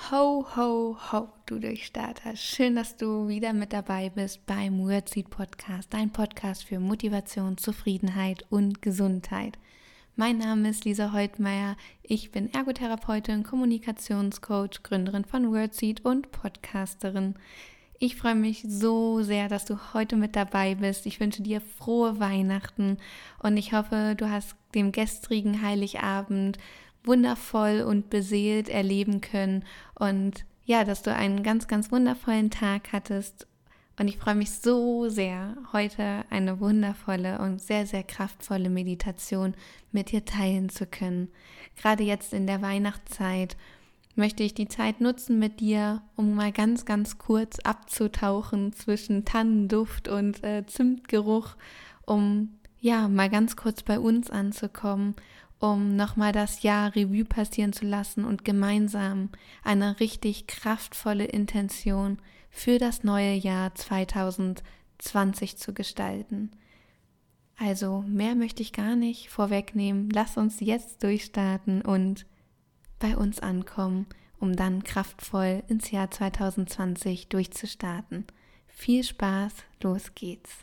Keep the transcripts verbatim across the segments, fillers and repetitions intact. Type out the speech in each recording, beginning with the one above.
Ho, ho, ho, du Durchstarter. Schön, dass du wieder mit dabei bist beim Wordseed Podcast, dein Podcast für Motivation, Zufriedenheit und Gesundheit. Mein Name ist Lisa Heutmeier, ich bin Ergotherapeutin, Kommunikationscoach, Gründerin von Wordseed und Podcasterin. Ich freue mich so sehr, dass du heute mit dabei bist. Ich wünsche dir frohe Weihnachten und ich hoffe, du hast den gestrigen Heiligabend wundervoll und beseelt erleben können und ja, dass du einen ganz, ganz wundervollen Tag hattest. Und ich freue mich so sehr, heute eine wundervolle und sehr, sehr kraftvolle Meditation mit dir teilen zu können. Gerade jetzt in der Weihnachtszeit möchte ich die Zeit nutzen mit dir, um mal ganz, ganz kurz abzutauchen zwischen Tannenduft und äh, Zimtgeruch, um ja mal ganz kurz bei uns anzukommen, um nochmal das Jahr Revue passieren zu lassen und gemeinsam eine richtig kraftvolle Intention für das neue Jahr zwanzig zwanzig zu gestalten. Also mehr möchte ich gar nicht vorwegnehmen. Lass uns jetzt durchstarten und bei uns ankommen, um dann kraftvoll ins Jahr zwanzig zwanzig durchzustarten. Viel Spaß, los geht's!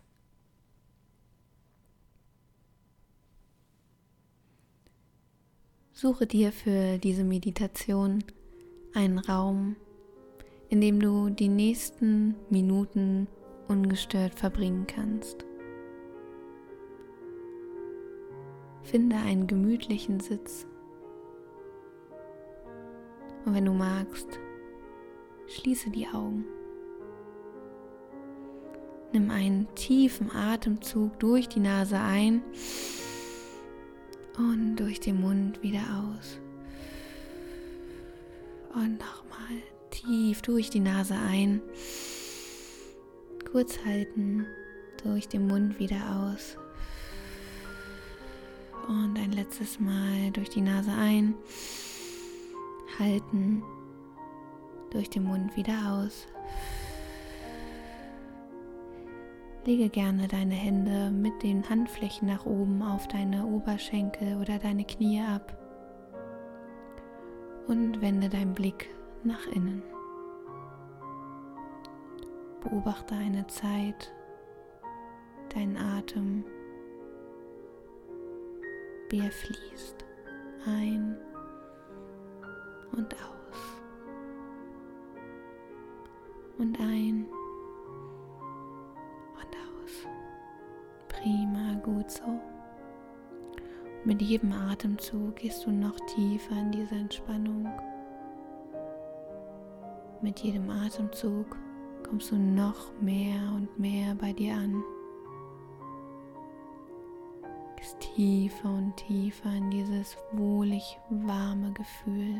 Suche dir für diese Meditation einen Raum, in dem du die nächsten Minuten ungestört verbringen kannst. Finde einen gemütlichen Sitz und wenn du magst, schließe die Augen. Nimm einen tiefen Atemzug durch die Nase ein und durch den Mund wieder aus. Und nochmal tief durch die Nase ein. Kurz halten, durch den Mund wieder aus. Und ein letztes Mal durch die Nase ein. Halten, durch den Mund wieder aus. Lege gerne deine Hände mit den Handflächen nach oben auf deine Oberschenkel oder deine Knie ab und wende deinen Blick nach innen. Beobachte eine Zeit, deinen Atem, wie er fließt, ein und aus und ein. Prima, gut so. Mit jedem Atemzug gehst du noch tiefer in diese Entspannung. Mit jedem Atemzug kommst du noch mehr und mehr bei dir an. Gehst tiefer und tiefer in dieses wohlig warme Gefühl.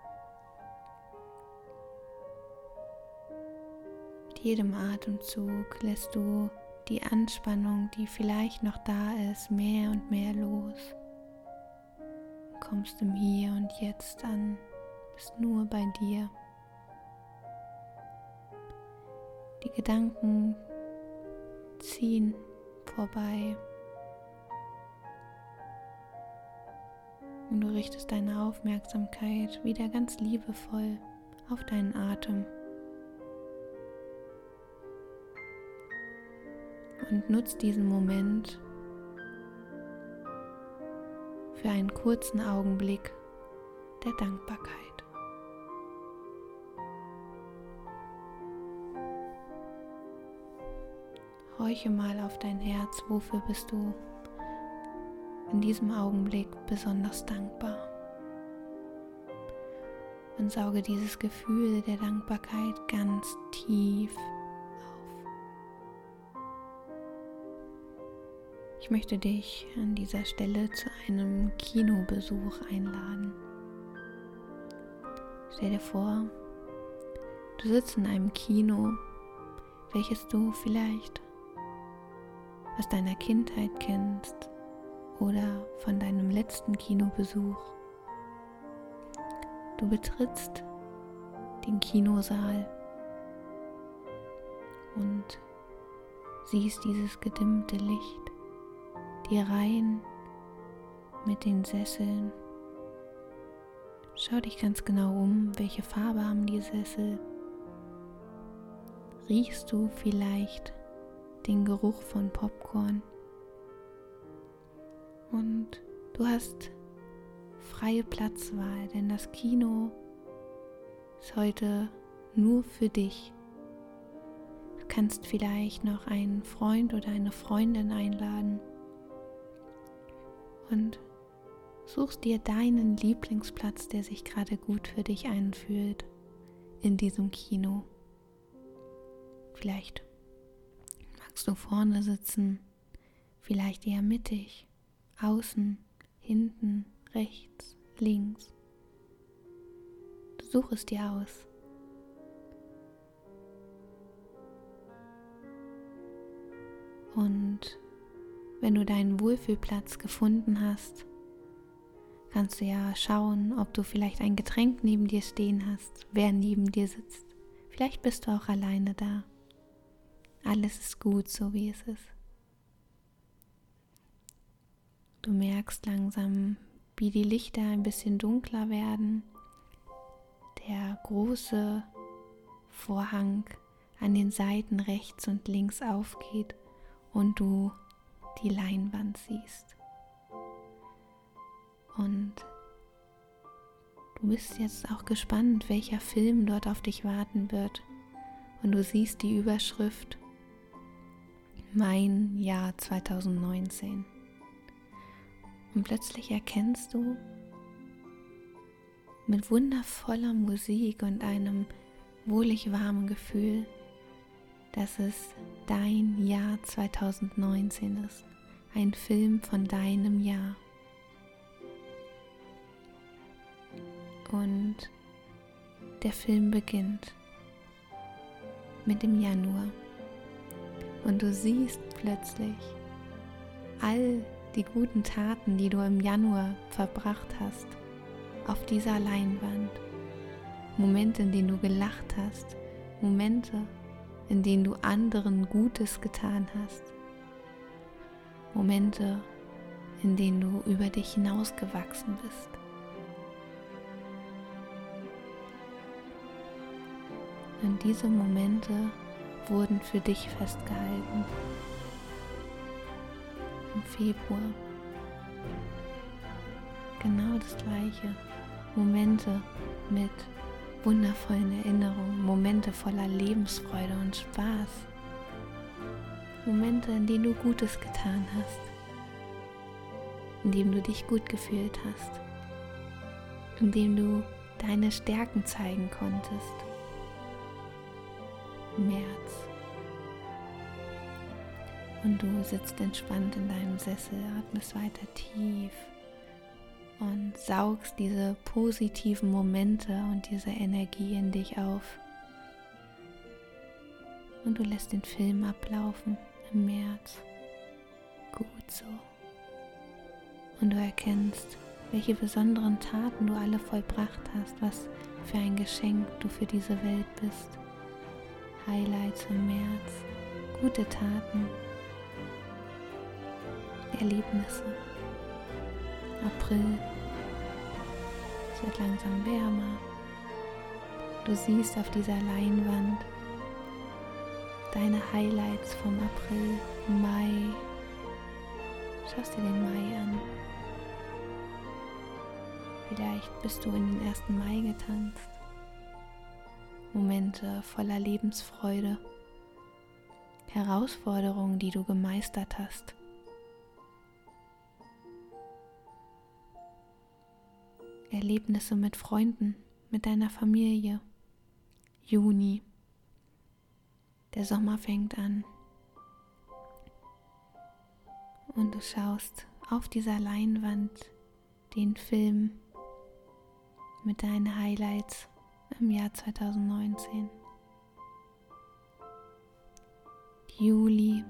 Mit jedem Atemzug lässt du die Anspannung, die vielleicht noch da ist, mehr und mehr los. Du kommst im Hier und Jetzt an, bist nur bei dir. Die Gedanken ziehen vorbei und du richtest deine Aufmerksamkeit wieder ganz liebevoll auf deinen Atem. Und nutzt diesen Moment für einen kurzen Augenblick der Dankbarkeit. Horche mal auf dein Herz, wofür bist du in diesem Augenblick besonders dankbar? Und sauge dieses Gefühl der Dankbarkeit ganz tief. Ich möchte dich an dieser Stelle zu einem Kinobesuch einladen. Stell dir vor, du sitzt in einem Kino, welches du vielleicht aus deiner Kindheit kennst oder von deinem letzten Kinobesuch. Du betrittst den Kinosaal und siehst dieses gedimmte Licht. Die Reihen mit den Sesseln, Schau dich ganz genau um, welche Farbe haben die Sessel. Riechst du vielleicht den Geruch von Popcorn? Und du hast freie Platzwahl, denn das Kino ist heute nur für dich. Du kannst vielleicht noch einen Freund oder eine Freundin einladen und suchst dir deinen Lieblingsplatz, der sich gerade gut für dich anfühlt, in diesem Kino. Vielleicht magst du vorne sitzen, vielleicht eher mittig, außen, hinten, rechts, links. Du such es dir aus. Und wenn du deinen Wohlfühlplatz gefunden hast, kannst du ja schauen, ob du vielleicht ein Getränk neben dir stehen hast, wer neben dir sitzt. Vielleicht bist du auch alleine da. Alles ist gut, so wie es ist. Du merkst langsam, wie die Lichter ein bisschen dunkler werden. Der große Vorhang an den Seiten rechts und links aufgeht und du die Leinwand siehst. Und du bist jetzt auch gespannt, welcher Film dort auf dich warten wird. Und du siehst die Überschrift Mein Jahr zwanzig neunzehn. Und plötzlich erkennst du mit wundervoller Musik und einem wohlig warmen Gefühl, dass es dein Jahr zwanzig neunzehn ist. Ein Film von deinem Jahr. Und der Film beginnt mit dem Januar. Und du siehst plötzlich all die guten Taten, die du im Januar verbracht hast, auf dieser Leinwand. Momente, in denen du gelacht hast, Momente, in denen du anderen Gutes getan hast, Momente, in denen du über dich hinausgewachsen bist. Und diese Momente wurden für dich festgehalten. Im Februar. Genau das Gleiche. Momente mit wundervollen Erinnerungen, Momente voller Lebensfreude und Spaß. Momente, in denen du Gutes getan hast, in denen du dich gut gefühlt hast, in denen du deine Stärken zeigen konntest. März. Und du sitzt entspannt in deinem Sessel, atmest weiter tief und saugst diese positiven Momente und diese Energie in dich auf. Und du lässt den Film ablaufen im März. Gut so. Und du erkennst, welche besonderen Taten du alle vollbracht hast, was für ein Geschenk du für diese Welt bist. Highlights im März, gute Taten, Erlebnisse. April, es wird langsam wärmer. Du siehst auf dieser Leinwand deine Highlights vom April, Mai. Schaust dir den Mai an. Vielleicht bist du in den ersten Mai getanzt. Momente voller Lebensfreude, Herausforderungen, die du gemeistert hast. Erlebnisse mit Freunden, mit deiner Familie. Juni. Der Sommer fängt an. Und du schaust auf dieser Leinwand den Film mit deinen Highlights im Jahr zwanzig neunzehn. Juli.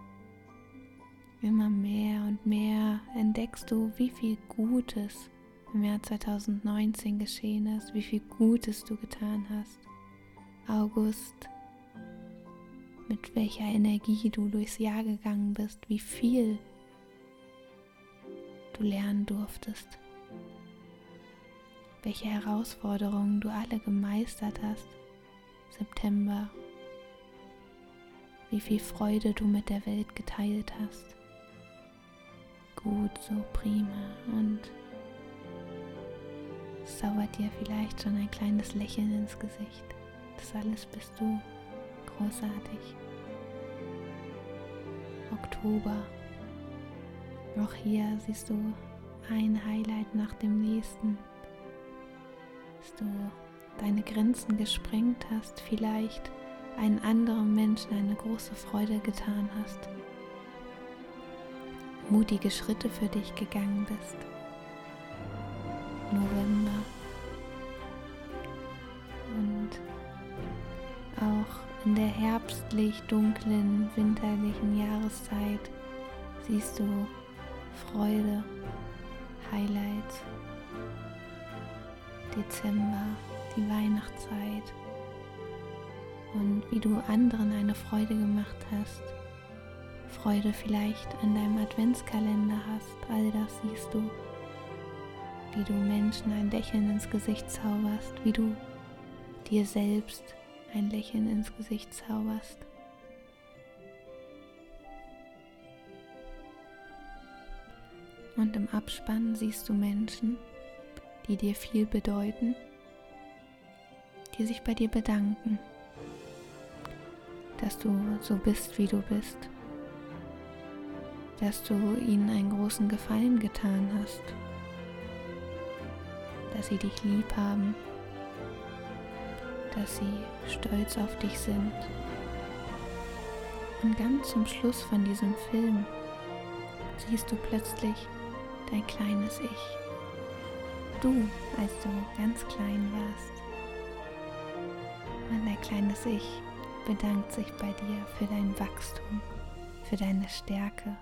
Immer mehr und mehr entdeckst du, wie viel Gutes im Jahr zwanzig neunzehn geschehen ist, wie viel Gutes du getan hast. August. Mit welcher Energie du durchs Jahr gegangen bist, wie viel du lernen durftest. welche Herausforderungen du alle gemeistert hast. September, wie viel Freude du mit der Welt geteilt hast. Gut, so prima. Und es zaubert dir vielleicht schon ein kleines Lächeln ins Gesicht. Das alles bist du. Großartig. Oktober. Auch hier siehst du ein Highlight nach dem nächsten. Dass du deine Grenzen gesprengt hast, vielleicht einen anderen Menschen eine große Freude getan hast, mutige Schritte für dich gegangen bist. November. Und auch in der herbstlich dunklen, winterlichen Jahreszeit siehst du Freude, Highlights. Dezember, die Weihnachtszeit und wie du anderen eine Freude gemacht hast, Freude vielleicht an deinem Adventskalender hast, all das siehst du, wie du Menschen ein Lächeln ins Gesicht zauberst, wie du dir selbst ein Lächeln ins Gesicht zauberst. Und im Abspann siehst du Menschen, die dir viel bedeuten, die sich bei dir bedanken, dass du so bist, wie du bist, dass du ihnen einen großen Gefallen getan hast, dass sie dich lieb haben, dass sie stolz auf dich sind. Und ganz zum Schluss von diesem Film siehst du plötzlich dein kleines Ich. Du, als du ganz klein warst. Und dein kleines Ich bedankt sich bei dir für dein Wachstum, für deine Stärke,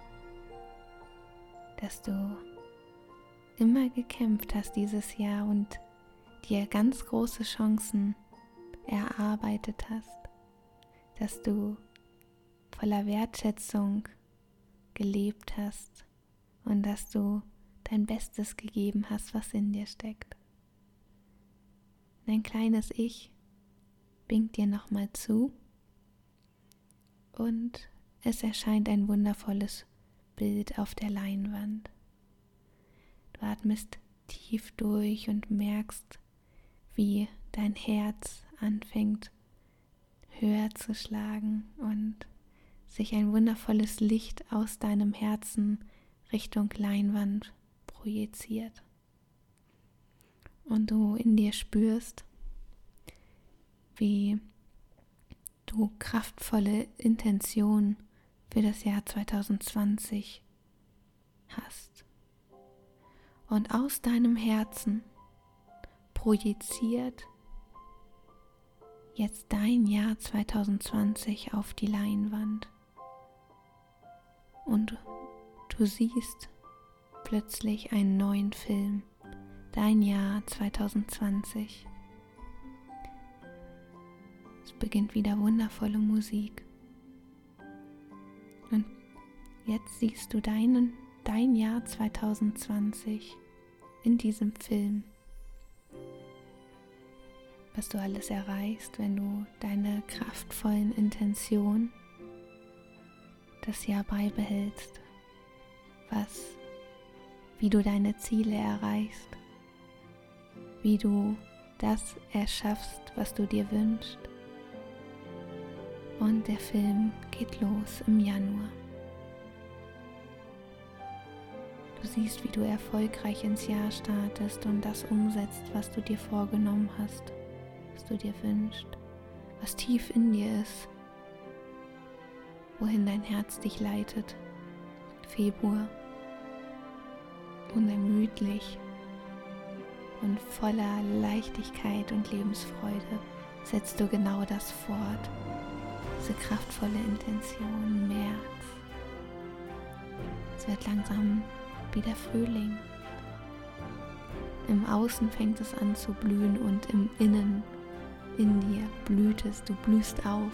dass du immer gekämpft hast dieses Jahr und dir ganz große Chancen erarbeitet hast, dass du voller Wertschätzung gelebt hast und dass du dein Bestes gegeben hast, was in dir steckt. Dein kleines Ich winkt dir nochmal zu und es erscheint ein wundervolles Bild auf der Leinwand. Du atmest tief durch und merkst, wie dein Herz anfängt höher zu schlagen und sich ein wundervolles Licht aus deinem Herzen Richtung Leinwand projiziert. Und du in dir spürst, wie du kraftvolle Intentionen für das Jahr zwanzig zwanzig hast. Und aus deinem Herzen projiziert jetzt dein Jahr zwanzig zwanzig auf die Leinwand. Und du siehst plötzlich einen neuen Film, dein Jahr zwanzig zwanzig. Es beginnt wieder wundervolle Musik. Und jetzt siehst du deinen, dein Jahr zwanzig zwanzig in diesem Film. Was du alles erreichst, wenn du deine kraftvollen Intentionen das Jahr beibehältst. Was, wie du deine Ziele erreichst. Wie du das erschaffst, was du dir wünschst. Und der Film geht los im Januar. Du siehst, wie du erfolgreich ins Jahr startest und das umsetzt, was du dir vorgenommen hast, was du dir wünschst, was tief in dir ist, wohin dein Herz dich leitet. Februar, unermüdlich und voller Leichtigkeit und Lebensfreude setzt du genau das fort. Diese kraftvolle Intention, März. Es wird langsam wieder Frühling. Im Außen fängt es an zu blühen und im Innen, in dir blüht es, du blühst auf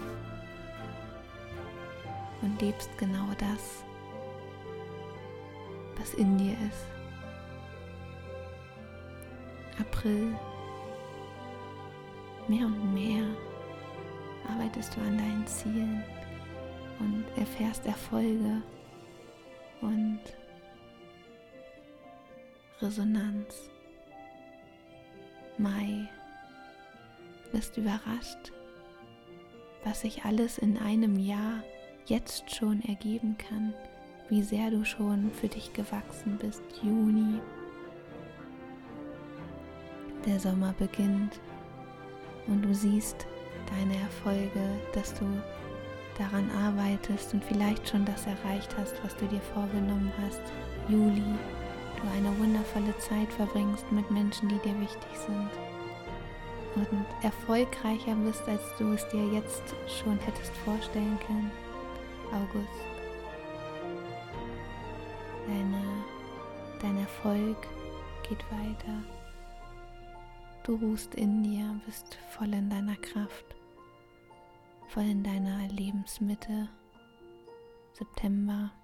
und lebst genau das, was in dir ist. April, mehr und mehr arbeitest du an deinen Zielen und erfährst Erfolge und Resonanz. Mai, bist überrascht, was sich alles in einem Jahr jetzt schon ergeben kann, wie sehr du schon für dich gewachsen bist. Juni, der Sommer beginnt und du siehst deine Erfolge, dass du daran arbeitest und vielleicht schon das erreicht hast, was du dir vorgenommen hast. Juli, du eine wundervolle Zeit verbringst mit Menschen, die dir wichtig sind und erfolgreicher bist, als du es dir jetzt schon hättest vorstellen können. August, deine, dein Erfolg geht weiter. Du ruhst in dir, bist voll in deiner Kraft, voll in deiner Lebensmitte. September,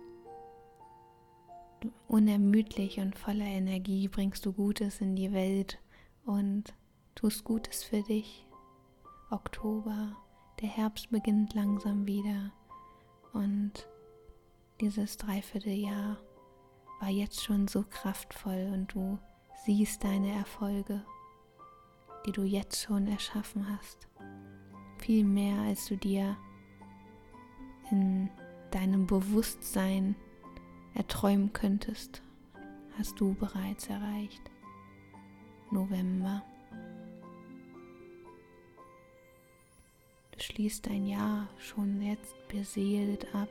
du, unermüdlich und voller Energie bringst du Gutes in die Welt und tust Gutes für dich. Oktober, der Herbst beginnt langsam wieder und dieses Dreivierteljahr war jetzt schon so kraftvoll und du siehst deine Erfolge, die du jetzt schon erschaffen hast. Viel mehr, als du dir in deinem Bewusstsein erträumen könntest, hast du bereits erreicht. November. Du schließt dein Jahr schon jetzt beseelt ab,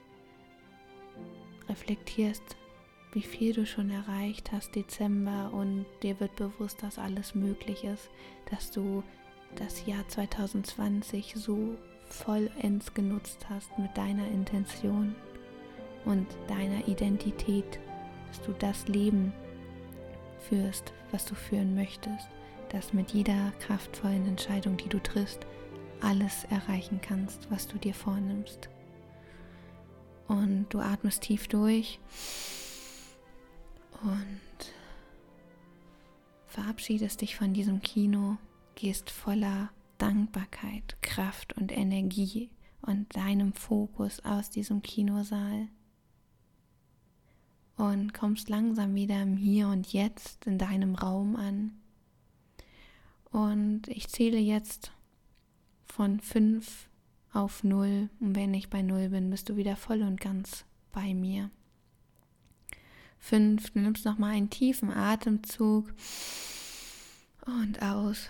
reflektierst, wie viel du schon erreicht hast. Dezember, und dir wird bewusst, dass alles möglich ist, dass du das Jahr zwanzig zwanzig so vollends genutzt hast mit deiner Intention und deiner Identität, dass du das Leben führst, was du führen möchtest, dass mit jeder kraftvollen Entscheidung, die du triffst, alles erreichen kannst, was du dir vornimmst. Und du atmest tief durch und verabschiedest dich von diesem Kino, gehst voller Dankbarkeit, Kraft und Energie und deinem Fokus aus diesem Kinosaal und kommst langsam wieder im Hier und Jetzt in deinem Raum an. Und ich zähle jetzt von fünf auf null, und wenn ich bei null bin, bist du wieder voll und ganz bei mir. Fünf, du nimmst nochmal einen tiefen Atemzug und aus.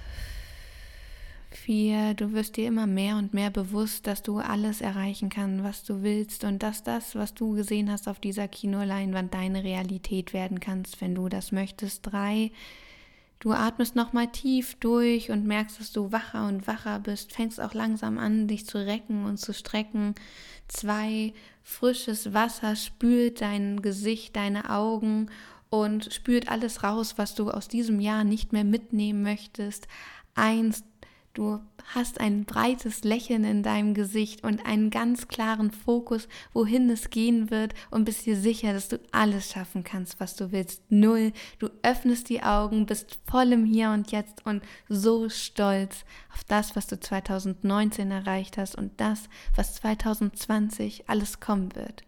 Vier, du wirst dir immer mehr und mehr bewusst, dass du alles erreichen kannst, was du willst, und dass das, was du gesehen hast auf dieser Kinoleinwand, deine Realität werden kannst, wenn du das möchtest. Drei, du atmest nochmal tief durch und merkst, dass du wacher und wacher bist, fängst auch langsam an, dich zu recken und zu strecken. Zwei, frisches Wasser spült dein Gesicht, deine Augen und spült alles raus, was du aus diesem Jahr nicht mehr mitnehmen möchtest. Eins, du hast ein breites Lächeln in deinem Gesicht und einen ganz klaren Fokus, wohin es gehen wird, und bist dir sicher, dass du alles schaffen kannst, was du willst. Null, du öffnest die Augen, bist voll im Hier und Jetzt und so stolz auf das, was du zwanzig neunzehn erreicht hast und das, was zwanzig zwanzig alles kommen wird.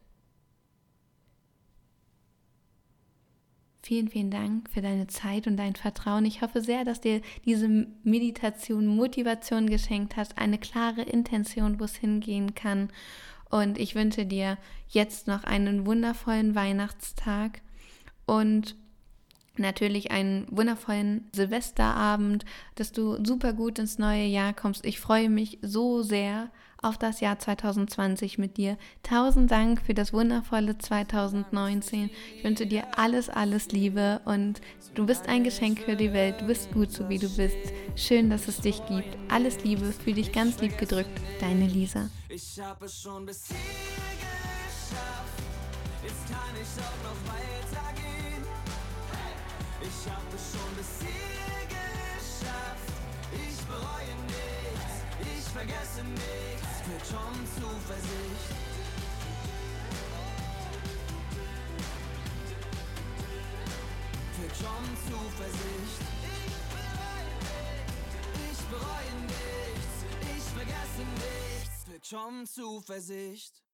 Vielen, vielen Dank für deine Zeit und dein Vertrauen. Ich hoffe sehr, dass dir diese Meditation Motivation geschenkt hat, eine klare Intention, wo es hingehen kann. Und ich wünsche dir jetzt noch einen wundervollen Weihnachtstag und natürlich einen wundervollen Silvesterabend, dass du super gut ins neue Jahr kommst. Ich freue mich so sehr auf das Jahr zwanzig zwanzig mit dir. Tausend Dank für das wundervolle zwanzig neunzehn. Ich wünsche dir alles, alles Liebe, und du bist ein Geschenk für die Welt. Du bist gut, so wie du bist. Schön, dass es dich gibt. Alles Liebe, fühl dich ganz lieb gedrückt. Deine Lisa. Ich habe es schon bis hier geschafft. Jetzt kann ich auch noch weitergehen. Ich habe es schon bis hier geschafft. Ich bereue nichts, ich vergesse nichts, mit schon Zuversicht. Wird Willkommen Zuversicht. Ich bereue nichts, ich bereue nichts, ich vergesse nichts. Willkommen Zuversicht.